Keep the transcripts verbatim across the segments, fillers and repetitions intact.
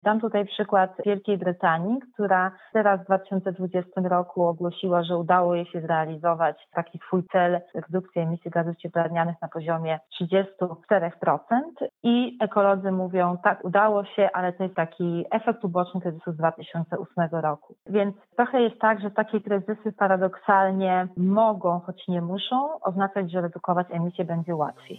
Dam tutaj przykład Wielkiej Brytanii, która teraz w dwa tysiące dwudziestym roku ogłosiła, że udało jej się zrealizować taki swój cel redukcji emisji gazów cieplarnianych na poziomie trzydzieści cztery procent i ekolodzy mówią, tak, udało się, ale to jest taki efekt uboczny kryzysu z dwa tysiące ósmego roku. Więc trochę jest tak, że takie kryzysy paradoksalnie mogą, choć nie muszą, oznaczać, że redukować emisję będzie łatwiej.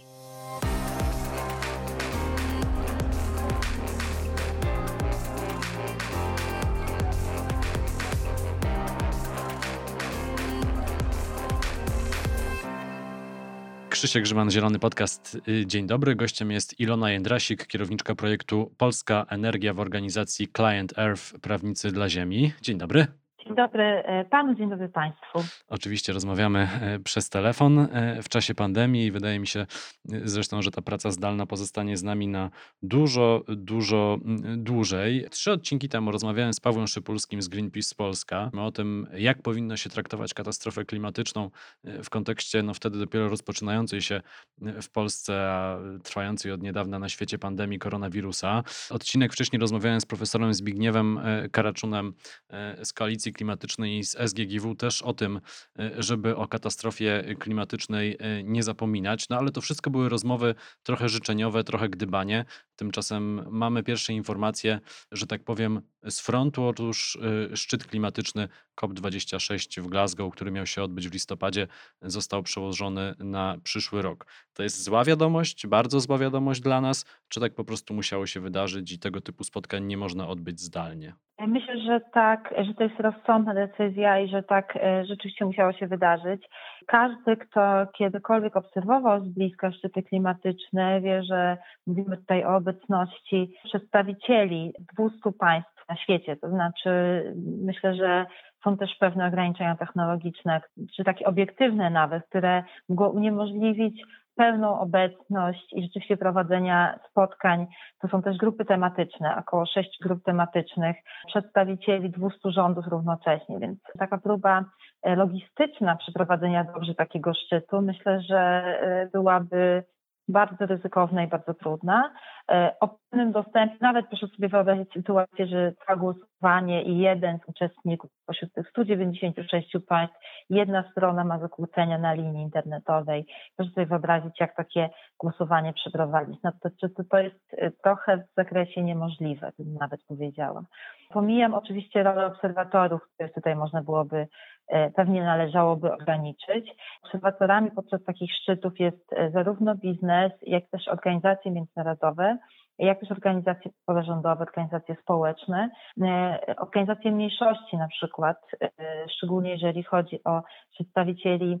Krzysiek Grzyman, Zielony Podcast. Dzień dobry. Gościem jest Ilona Jędrasik, kierowniczka projektu Polska Energia w organizacji Client Earth, prawnicy dla Ziemi. Dzień dobry. Dzień dobry panu, dzień dobry państwu. Oczywiście rozmawiamy przez telefon w czasie pandemii i wydaje mi się zresztą, że ta praca zdalna pozostanie z nami na dużo, dużo dłużej. Trzy odcinki temu rozmawiałem z Pawłem Szypulskim z Greenpeace Polska o tym, jak powinno się traktować katastrofę klimatyczną w kontekście no wtedy dopiero rozpoczynającej się w Polsce, a trwającej od niedawna na świecie pandemii koronawirusa. Odcinek wcześniej rozmawiałem z profesorem Zbigniewem Karaczunem z Koalicji Klimatycznej i z S G G W też o tym, żeby o katastrofie klimatycznej nie zapominać. No ale to wszystko były rozmowy trochę życzeniowe, trochę gdybanie. Tymczasem mamy pierwsze informacje, że tak powiem, z frontu. Otóż szczyt klimatyczny COP dwadzieścia sześć w Glasgow, który miał się odbyć w listopadzie, został przełożony na przyszły rok. To jest zła wiadomość, bardzo zła wiadomość dla nas, czy tak po prostu musiało się wydarzyć i tego typu spotkań nie można odbyć zdalnie? Myślę, że tak, że to jest rozsądna decyzja i że tak rzeczywiście musiało się wydarzyć. Każdy, kto kiedykolwiek obserwował z bliska szczyty klimatyczne, wie, że mówimy tutaj o obecności przedstawicieli dwustu państw na świecie. To znaczy, myślę, że są też pewne ograniczenia technologiczne, czy takie obiektywne nawet, które mogą uniemożliwić pełną obecność i rzeczywiście prowadzenia spotkań. To są też grupy tematyczne, około sześć grup tematycznych, przedstawicieli dwustu rządów równocześnie, więc taka próba logistyczna przeprowadzenia dobrze takiego szczytu myślę, że byłaby bardzo ryzykowna i bardzo trudna. O pełnym dostępie, nawet proszę sobie wyobrazić sytuację, że trwa głosowanie i jeden z uczestników pośród tych stu dziewięćdziesięciu sześciu państw, jedna strona ma zakłócenia na linii internetowej. Proszę sobie wyobrazić, jak takie głosowanie przeprowadzić. No to, to, to jest trochę w zakresie niemożliwe, bym nawet powiedziała. Pomijam oczywiście rolę obserwatorów, których tutaj można byłoby, pewnie należałoby ograniczyć. Obserwatorami podczas takich szczytów jest zarówno biznes, jak też organizacje międzynarodowe, jak też organizacje pozarządowe, organizacje społeczne, organizacje mniejszości na przykład, szczególnie jeżeli chodzi o przedstawicieli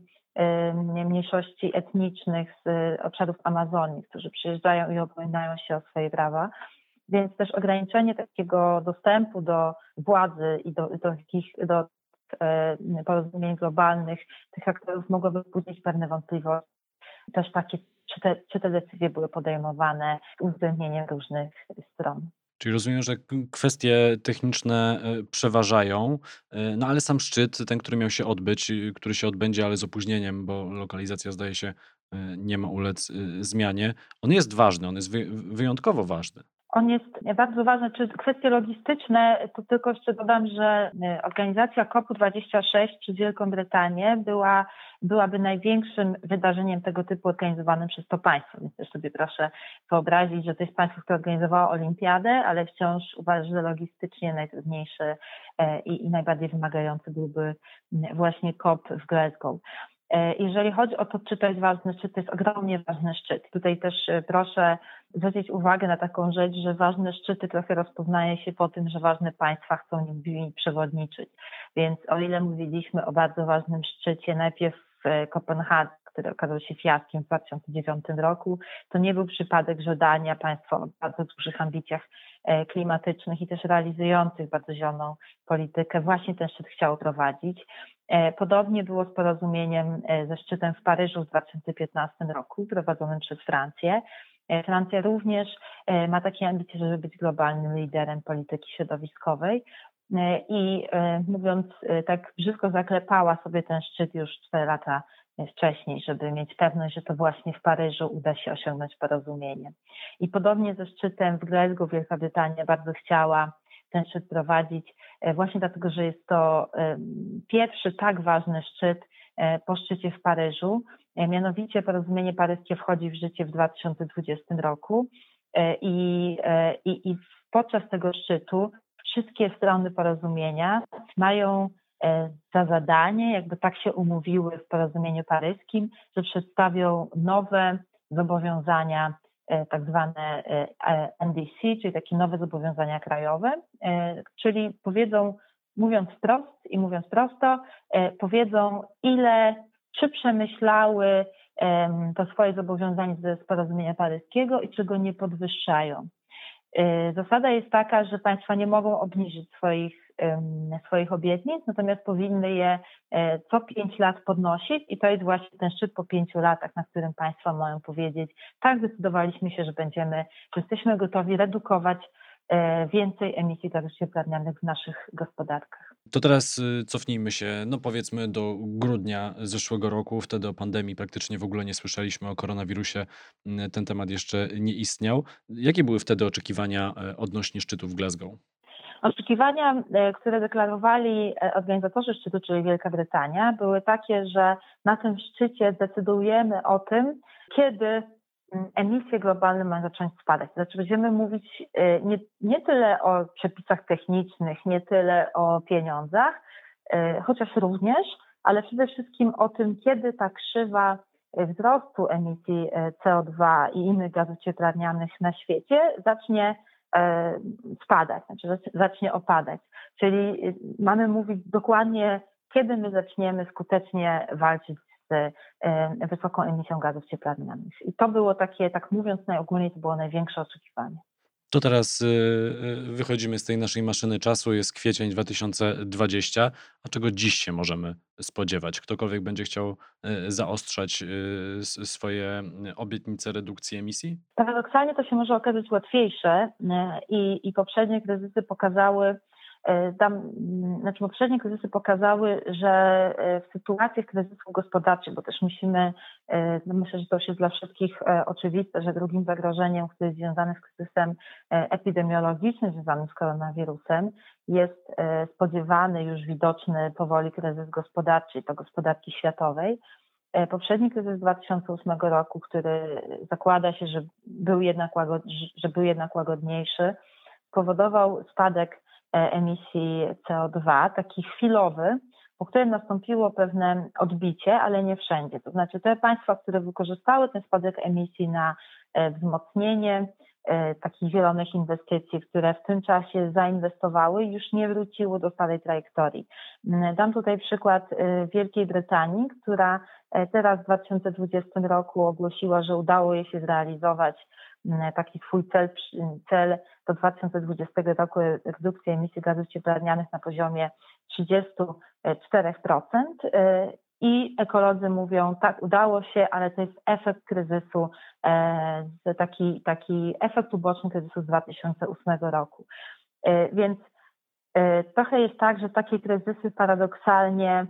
mniejszości etnicznych z obszarów Amazonii, którzy przyjeżdżają i opowiadają się o swoje prawa. Więc też ograniczenie takiego dostępu do władzy i do, do, do porozumień globalnych tych aktorów mogłoby budzić pewne wątpliwości. Też takie, czy te, czy te decyzje były podejmowane z uwzględnieniem różnych stron. Czyli rozumiem, że kwestie techniczne przeważają, no ale sam szczyt, ten, który miał się odbyć, który się odbędzie, ale z opóźnieniem, bo lokalizacja zdaje się nie ma ulec zmianie, on jest ważny, on jest wyjątkowo ważny. On jest bardzo ważny. Czy kwestie logistyczne, to tylko jeszcze dodam, że organizacja COP dwadzieścia sześć przez Wielką Brytanię była, byłaby największym wydarzeniem tego typu organizowanym przez to państwo. Więc też sobie proszę wyobrazić, że to jest państwo, które organizowało olimpiadę, ale wciąż uważa, że logistycznie najtrudniejszy i, i najbardziej wymagający byłby właśnie COP w Glasgow. Jeżeli chodzi o to, czy to jest ważny szczyt, to jest ogromnie ważny szczyt. Tutaj też proszę zwrócić uwagę na taką rzecz, że ważne szczyty trochę rozpoznaje się po tym, że ważne państwa chcą nim przewodniczyć. Więc o ile mówiliśmy o bardzo ważnym szczycie najpierw w Kopenhadze, który okazał się fiaskiem w dwa tysiące dziewiątym roku, to nie był przypadek, że Dania, państwo o bardzo dużych ambicjach klimatycznych i też realizujących bardzo zieloną politykę, właśnie ten szczyt chciało prowadzić. Podobnie było z porozumieniem ze szczytem w Paryżu w dwa tysiące piętnastym roku, prowadzonym przez Francję. Francja również ma takie ambicje, żeby być globalnym liderem polityki środowiskowej i mówiąc tak brzydko, zaklepała sobie ten szczyt już cztery lata wcześniej, żeby mieć pewność, że to właśnie w Paryżu uda się osiągnąć porozumienie. I podobnie ze szczytem w Glasgow Wielka Brytania bardzo chciała ten szczyt prowadzić, właśnie dlatego, że jest to pierwszy tak ważny szczyt po szczycie w Paryżu. Mianowicie porozumienie paryskie wchodzi w życie w dwa tysiące dwudziestym roku i, i, i podczas tego szczytu wszystkie strony porozumienia mają za zadanie, jakby tak się umówiły w porozumieniu paryskim, że przedstawią nowe zobowiązania, tak zwane N D C, czyli takie nowe zobowiązania krajowe, czyli powiedzą, mówiąc wprost i mówiąc prosto, powiedzą, ile, czy przemyślały to swoje zobowiązanie ze porozumienia paryskiego i czy go nie podwyższają. Zasada jest taka, że państwa nie mogą obniżyć swoich, swoich obietnic, natomiast powinny je co pięć lat podnosić i to jest właśnie ten szczyt po pięciu latach, na którym państwa mają powiedzieć, tak, zdecydowaliśmy się, że będziemy, że jesteśmy gotowi redukować więcej emisji gazów cieplarnianych w naszych gospodarkach. To teraz y, cofnijmy się, no powiedzmy do grudnia zeszłego roku. Wtedy o pandemii praktycznie w ogóle nie słyszeliśmy, o koronawirusie y, ten temat jeszcze nie istniał. Jakie były wtedy oczekiwania y, odnośnie szczytu w Glasgow? Oczekiwania, które deklarowali organizatorzy szczytu, czyli Wielka Brytania, były takie, że na tym szczycie decydujemy o tym, kiedy emisje globalne mają zacząć spadać. Znaczy będziemy mówić nie, nie tyle o przepisach technicznych, nie tyle o pieniądzach, chociaż również, ale przede wszystkim o tym, kiedy ta krzywa wzrostu emisji C O dwa i innych gazów cieplarnianych na świecie zacznie spadać, znaczy zacznie opadać. Czyli mamy mówić dokładnie, kiedy my zaczniemy skutecznie walczyć z wysoką emisją gazów cieplarnianych. I to było takie, tak mówiąc najogólniej, to było największe oczekiwanie. To teraz y, y, wychodzimy z tej naszej maszyny czasu, jest kwiecień dwa tysiące dwudziesty, a czego dziś się możemy spodziewać? Ktokolwiek będzie chciał y, zaostrzać y, s- swoje obietnice redukcji emisji? Paradoksalnie to się może okazać łatwiejsze i, i poprzednie kryzysy pokazały, Tam, znaczy poprzednie kryzysy pokazały, że w sytuacjach kryzysów gospodarczych, bo też musimy, no myślę, że to już jest dla wszystkich oczywiste, że drugim zagrożeniem, które jest związane z kryzysem epidemiologicznym, związanym z koronawirusem, jest spodziewany, już widoczny powoli kryzys gospodarczy, i to gospodarki światowej. Poprzedni kryzys z dwa tysiące ósmego roku, który zakłada się, że był jednak, łagod, że był jednak łagodniejszy, spowodował spadek emisji C O dwa, taki chwilowy, po którym nastąpiło pewne odbicie, ale nie wszędzie. To znaczy te państwa, które wykorzystały ten spadek emisji na wzmocnienie takich zielonych inwestycji, które w tym czasie zainwestowały, już nie wróciły do starej trajektorii. Dam tutaj przykład Wielkiej Brytanii, która teraz w dwa tysiące dwudziestym roku ogłosiła, że udało jej się zrealizować taki swój cel, cel do dwa tysiące dwudziestego roku redukcji emisji gazów cieplarnianych na poziomie trzydzieści cztery procent i ekolodzy mówią, tak, udało się, ale to jest efekt kryzysu, taki, taki efekt uboczny kryzysu z dwa tysiące ósmego roku. Więc trochę jest tak, że takie kryzysy paradoksalnie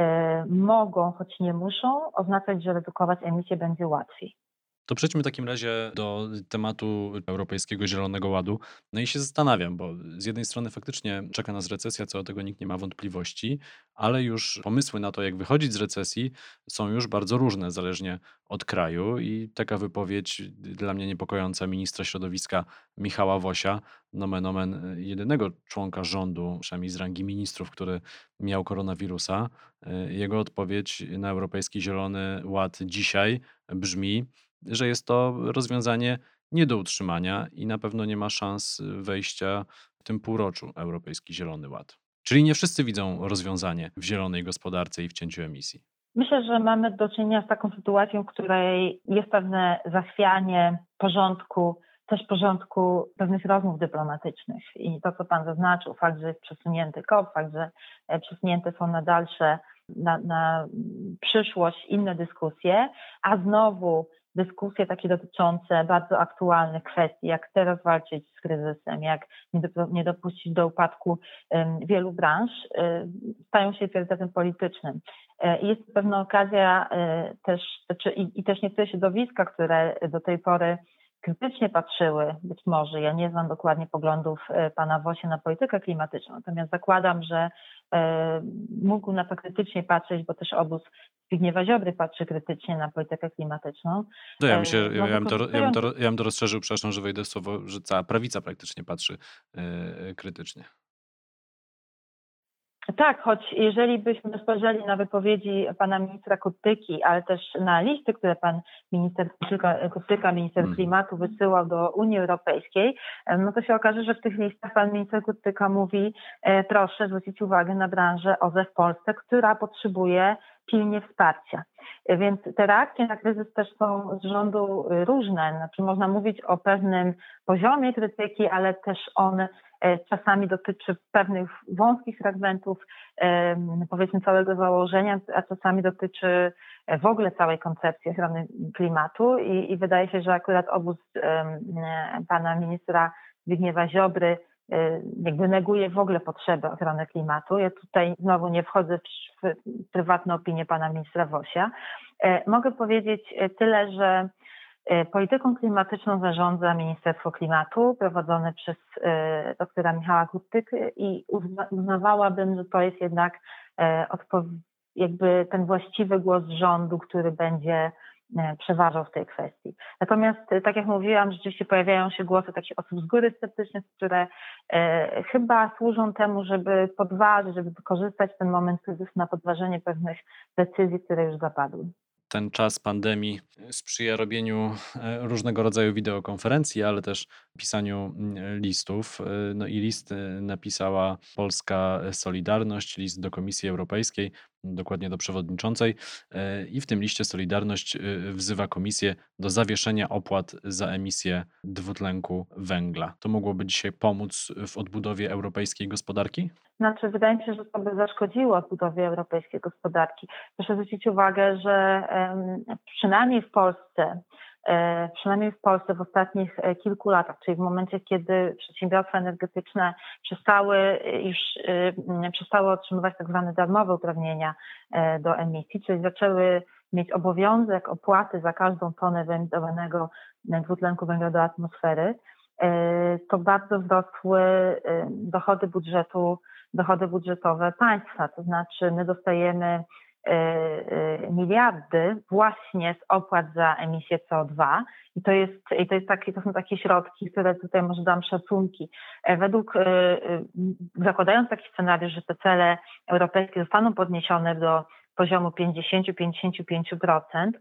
mogą, choć nie muszą, oznaczać, że redukować emisję będzie łatwiej. To przejdźmy w takim razie do tematu Europejskiego Zielonego Ładu. No i się zastanawiam, bo z jednej strony faktycznie czeka nas recesja, co do tego nikt nie ma wątpliwości, ale już pomysły na to, jak wychodzić z recesji, są już bardzo różne, zależnie od kraju. I taka wypowiedź dla mnie niepokojąca ministra środowiska Michała Wosia, nomen omen jedynego członka rządu, przynajmniej z rangi ministrów, który miał koronawirusa. Jego odpowiedź na Europejski Zielony Ład dzisiaj brzmi, że jest to rozwiązanie nie do utrzymania i na pewno nie ma szans wejścia w tym półroczu Europejski Zielony Ład. Czyli nie wszyscy widzą rozwiązanie w zielonej gospodarce i w cięciu emisji. Myślę, że mamy do czynienia z taką sytuacją, w której jest pewne zachwianie porządku, też porządku pewnych rozmów dyplomatycznych. I to, co Pan zaznaczył, fakt, że jest przesunięty C O P, fakt, że przesunięte są na dalsze, na, na przyszłość inne dyskusje, a znowu dyskusje takie dotyczące bardzo aktualnych kwestii, jak teraz walczyć z kryzysem, jak nie, do, nie dopuścić do upadku um, wielu branż, um, stają się priorytetem politycznym. I jest to pewna okazja um, też, znaczy, i, i też niektóre środowiska, które do tej pory krytycznie patrzyły, być może, ja nie znam dokładnie poglądów pana Wosia na politykę klimatyczną, natomiast zakładam, że e, mógł na to krytycznie patrzeć, bo też obóz Zbigniewa Ziobry patrzy krytycznie na politykę klimatyczną. No ja bym się, ja, No, ja bym to, ja bym wykorzystując... to, ja bym to rozszerzył, przepraszam, że wejdę w słowo, że cała prawica praktycznie patrzy yy, krytycznie. Tak, choć jeżeli byśmy spojrzeli na wypowiedzi pana ministra Kurtyki, ale też na listy, które pan minister Kurtyka, minister Mhm. klimatu wysyłał do Unii Europejskiej, no to się okaże, że w tych listach pan minister Kurtyka mówi, e, proszę zwrócić uwagę na branżę O Z E w Polsce, która potrzebuje pilnie wsparcia. Więc te reakcje na kryzys też są z rządu różne. Znaczy można mówić o pewnym poziomie krytyki, ale też on czasami dotyczy pewnych wąskich fragmentów, powiedzmy całego założenia, a czasami dotyczy w ogóle całej koncepcji ochrony klimatu i, i wydaje się, że akurat obóz pana ministra Zbigniewa Ziobry jakby neguje w ogóle potrzebę ochrony klimatu. Ja tutaj znowu nie wchodzę w, w prywatne opinie pana ministra Wosia. Mogę powiedzieć tyle, że polityką klimatyczną zarządza Ministerstwo Klimatu prowadzone przez doktora Michała Kurtykę i uznawałabym, że to jest jednak jakby ten właściwy głos rządu, który będzie przeważał w tej kwestii. Natomiast, tak jak mówiłam, rzeczywiście pojawiają się głosy takich osób z góry sceptycznych, które e, chyba służą temu, żeby podważyć, żeby wykorzystać ten moment kryzysu na podważenie pewnych decyzji, które już zapadły. Ten czas pandemii sprzyja robieniu różnego rodzaju wideokonferencji, ale też pisaniu listów. No i list napisała Polska Solidarność, list do Komisji Europejskiej, dokładnie do przewodniczącej. I w tym liście Solidarność wzywa Komisję do zawieszenia opłat za emisję dwutlenku węgla. To mogłoby dzisiaj pomóc w odbudowie europejskiej gospodarki? Znaczy, wydaje mi się, że to by zaszkodziło odbudowie europejskiej gospodarki. Proszę zwrócić uwagę, że um, przynajmniej w Polsce, e, przynajmniej w Polsce w ostatnich kilku latach, czyli w momencie, kiedy przedsiębiorstwa energetyczne przestały już e, przestały otrzymywać tak zwane darmowe uprawnienia e, do emisji, czyli zaczęły mieć obowiązek opłaty za każdą tonę wyemitowanego dwutlenku węgla do atmosfery, e, to bardzo wzrosły e, dochody budżetu dochody budżetowe państwa, to znaczy my dostajemy y, y, miliardy właśnie z opłat za emisję C O dwa i to jest, i to jest takie, to są takie środki, które tutaj może dam szacunki. Według, y, y, zakładając taki scenariusz, że te cele europejskie zostaną podniesione do poziomu pięćdziesiąt do pięćdziesięciu pięciu procent,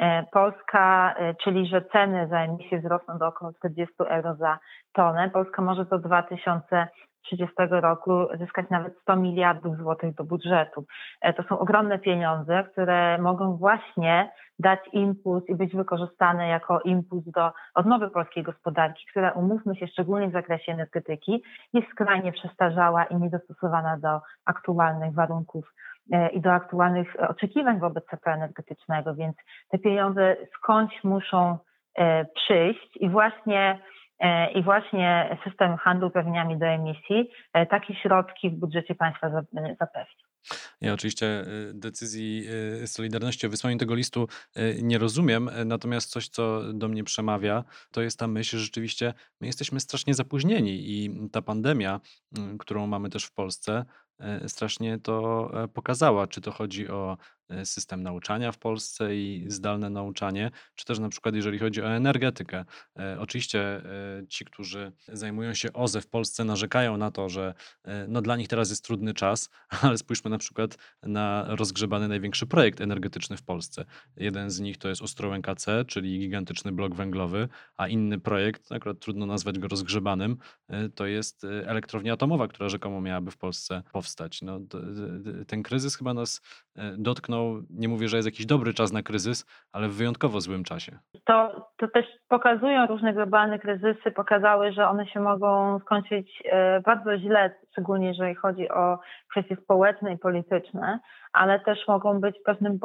Polska, czyli że ceny za emisję wzrosną do około czterdzieści euro za tonę, Polska może do dwa tysiące trzydziestego roku zyskać nawet sto miliardów złotych do budżetu. To są ogromne pieniądze, które mogą właśnie dać impuls i być wykorzystane jako impuls do odnowy polskiej gospodarki, która, umówmy się, szczególnie w zakresie energetyki, jest skrajnie przestarzała i niedostosowana do aktualnych warunków i do aktualnych oczekiwań wobec sektora energetycznego, więc te pieniądze skądś muszą przyjść i właśnie i właśnie system handlu uprawnieniami do emisji takie środki w budżecie państwa zapewni. Ja oczywiście decyzji Solidarności o wysłaniu tego listu nie rozumiem, natomiast coś, co do mnie przemawia, to jest ta myśl, że rzeczywiście my jesteśmy strasznie zapóźnieni i ta pandemia, którą mamy też w Polsce, strasznie to pokazała. Czy to chodzi o system nauczania w Polsce i zdalne nauczanie, czy też na przykład jeżeli chodzi o energetykę. Oczywiście ci, którzy zajmują się O Z E w Polsce, narzekają na to, że no dla nich teraz jest trudny czas, ale spójrzmy na przykład na rozgrzebany największy projekt energetyczny w Polsce. Jeden z nich to jest Ostrołęka C, czyli gigantyczny blok węglowy, a inny projekt, akurat trudno nazwać go rozgrzebanym, to jest elektrownia atomowa, która rzekomo miałaby w Polsce powstać. No, ten kryzys chyba nas dotknął, nie mówię, że jest jakiś dobry czas na kryzys, ale w wyjątkowo złym czasie. To, to też pokazują różne globalne kryzysy, pokazały, że one się mogą skończyć bardzo źle, szczególnie jeżeli chodzi o kwestie społeczne i polityczne, ale też mogą być pewnym bodźcem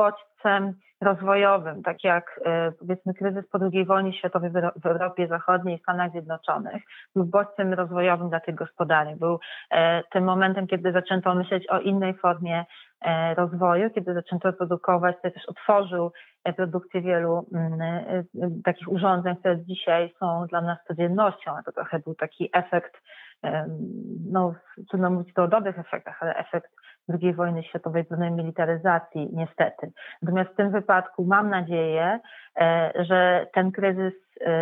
bodźcem rozwojowym, tak jak powiedzmy kryzys po drugiej wojnie światowej w Europie Zachodniej i Stanach Zjednoczonych, był bodźcem rozwojowym dla tych gospodarek. Był tym momentem, kiedy zaczęto myśleć o innej formie rozwoju, kiedy zaczęto produkować, to też otworzył produkcję wielu takich urządzeń, które dzisiaj są dla nas codziennością, a to trochę był taki efekt, no trudno mówić to o dobrych efektach, ale efekt drugiej wojny światowej, pewnej militaryzacji niestety. Natomiast w tym wypadku mam nadzieję, że ten kryzys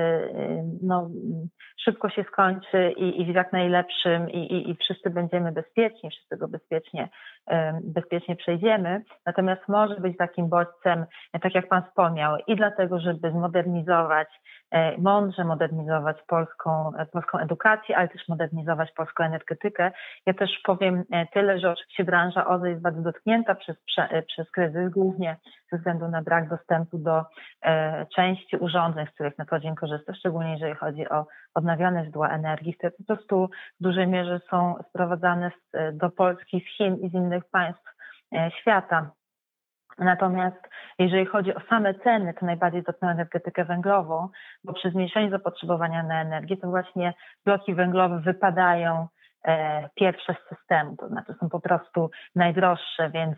no, szybko się skończy i, i w jak najlepszym i, i, i wszyscy będziemy bezpieczni, wszyscy go bezpiecznie, bezpiecznie przejdziemy. Natomiast może być takim bodźcem, tak jak Pan wspomniał, i dlatego, żeby zmodernizować, mądrze modernizować polską, polską edukację, ale też modernizować polską energetykę. Ja też powiem tyle, że oczywiście branża O Z E jest bardzo dotknięta przez, przez kryzys, głównie ze względu na brak dostępu do e, części urządzeń, z których na co dzień korzysta, szczególnie jeżeli chodzi o odnawialne źródła energii, które po prostu w dużej mierze są sprowadzane z, do Polski, z Chin i z innych państw e, świata. Natomiast jeżeli chodzi o same ceny, to najbardziej dotkną energetykę węglową, bo przy zmniejszeniu zapotrzebowania na energię to właśnie bloki węglowe wypadają pierwsze z systemu, to znaczy są po prostu najdroższe, więc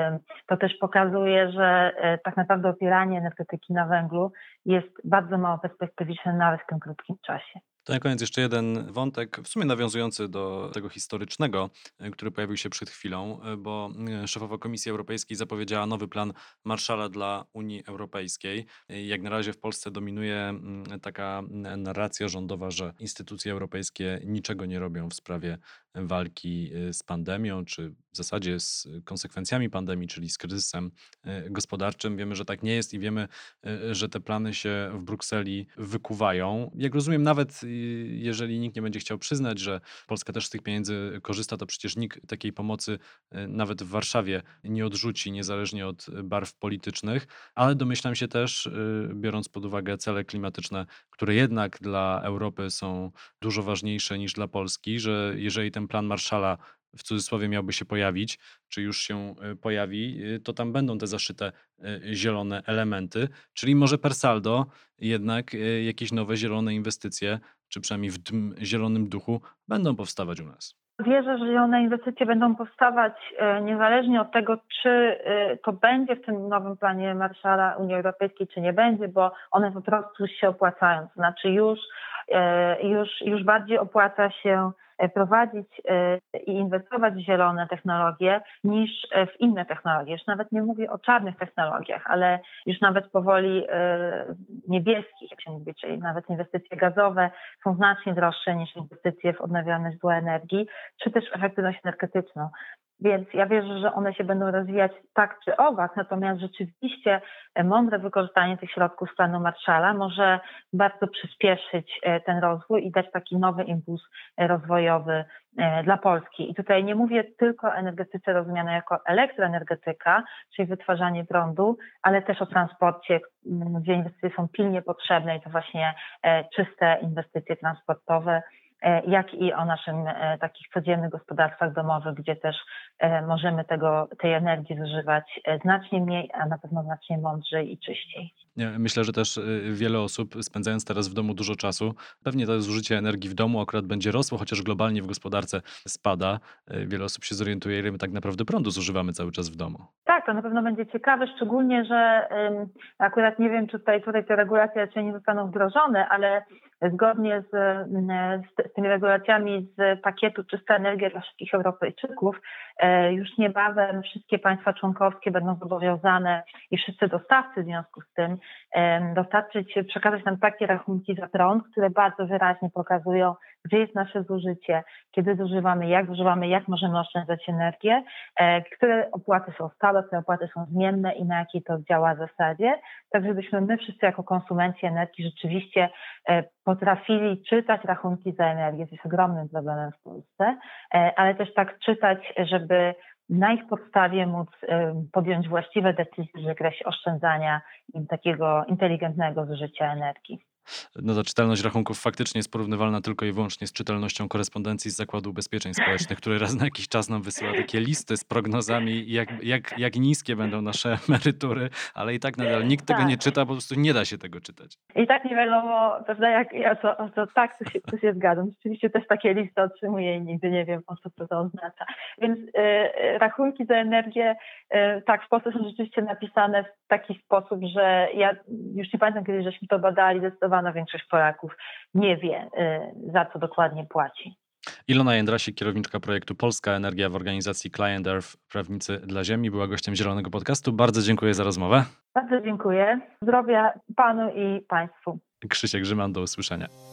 to też pokazuje, że tak naprawdę opieranie energetyki na węglu jest bardzo mało perspektywiczne nawet w tym krótkim czasie. To na koniec jeszcze jeden wątek, w sumie nawiązujący do tego historycznego, który pojawił się przed chwilą, bo szefowa Komisji Europejskiej zapowiedziała nowy plan Marshalla dla Unii Europejskiej. Jak na razie w Polsce dominuje taka narracja rządowa, że instytucje europejskie niczego nie robią w sprawie walki z pandemią, czy w zasadzie z konsekwencjami pandemii, czyli z kryzysem gospodarczym. Wiemy, że tak nie jest i wiemy, że te plany się w Brukseli wykuwają. Jak rozumiem, nawet jeżeli nikt nie będzie chciał przyznać, że Polska też z tych pieniędzy korzysta, to przecież nikt takiej pomocy nawet w Warszawie nie odrzuci, niezależnie od barw politycznych, ale domyślam się też, biorąc pod uwagę cele klimatyczne, które jednak dla Europy są dużo ważniejsze niż dla Polski, że jeżeli ten plan Marshalla w cudzysłowie miałby się pojawić, czy już się pojawi, to tam będą te zaszyte zielone elementy, czyli może per saldo jednak jakieś nowe zielone inwestycje, czy przynajmniej w tym zielonym duchu będą powstawać u nas. Wierzę, że zielone inwestycje będą powstawać niezależnie od tego, czy to będzie w tym nowym planie Marshalla Unii Europejskiej, czy nie będzie, bo one po prostu się opłacają. To znaczy już, już, już bardziej opłaca się prowadzić i inwestować w zielone technologie niż w inne technologie. Już nawet nie mówię o czarnych technologiach, ale już nawet powoli niebieskich, jak się mówi, czyli nawet inwestycje gazowe są znacznie droższe niż inwestycje w odnawialne źródła energii, czy też w efektywność energetyczną. Więc ja wierzę, że one się będą rozwijać tak czy owak, natomiast rzeczywiście mądre wykorzystanie tych środków z planu Marshalla może bardzo przyspieszyć ten rozwój i dać taki nowy impuls rozwojowy dla Polski. I tutaj nie mówię tylko o energetyce rozumianej jako elektroenergetyka, czyli wytwarzanie prądu, ale też o transporcie, gdzie inwestycje są pilnie potrzebne i to właśnie czyste inwestycje transportowe, jak i o naszym takich codziennych gospodarstwach domowych, gdzie też możemy tego, tej energii zużywać znacznie mniej, a na pewno znacznie mądrzej i czyściej. Myślę, że też wiele osób, spędzając teraz w domu dużo czasu, pewnie to zużycie energii w domu akurat będzie rosło, chociaż globalnie w gospodarce spada. Wiele osób się zorientuje, ile my tak naprawdę prądu zużywamy cały czas w domu. Tak, to na pewno będzie ciekawe, szczególnie, że um, akurat nie wiem, czy tutaj, tutaj te regulacje raczej nie zostaną wdrożone, ale zgodnie z, z, z tymi regulacjami z pakietu Czysta Energia dla wszystkich Europejczyków, e, już niebawem wszystkie państwa członkowskie będą zobowiązane i wszyscy dostawcy w związku z tym e, dostarczyć, przekazać nam takie rachunki za prąd, które bardzo wyraźnie pokazują, gdzie jest nasze zużycie, kiedy zużywamy, jak zużywamy, jak możemy oszczędzać energię, e, które opłaty są stałe, które opłaty są zmienne i na jakiej to działa zasadzie, tak żebyśmy my wszyscy jako konsumenci energii rzeczywiście e, potrafili czytać rachunki za energię. To jest ogromnym problemem w Polsce, e, ale też tak czytać, żeby na ich podstawie móc e, podjąć właściwe decyzje w zakresie oszczędzania i takiego inteligentnego zużycia energii. No ta czytelność rachunków faktycznie jest porównywalna tylko i wyłącznie z czytelnością korespondencji z Zakładu Ubezpieczeń Społecznych, który raz na jakiś czas nam wysyła takie listy z prognozami, jak, jak, jak niskie będą nasze emerytury, ale i tak nadal nikt tego nie Tak. czyta, po prostu nie da się tego czytać. I tak nie wiadomo, prawda, jak, o co, o co tak, to się, to się zgadzam. Rzeczywiście też takie listy otrzymuję i nigdy nie wiem, o co to, to oznacza. Więc y, y, rachunki za energię y, tak w Polsce są rzeczywiście napisane w taki sposób, że ja już nie pamiętam, kiedy żeśmy to badali, zdecydowana większość Polaków nie wie, y, za co dokładnie płaci. Ilona Jędrasik, kierowniczka projektu Polska Energia w organizacji Client Earth Prawnicy dla Ziemi, była gościem Zielonego Podcastu. Bardzo dziękuję za rozmowę. Bardzo dziękuję. Zdrowia panu i państwu. Krzysiek Grzyman, do usłyszenia.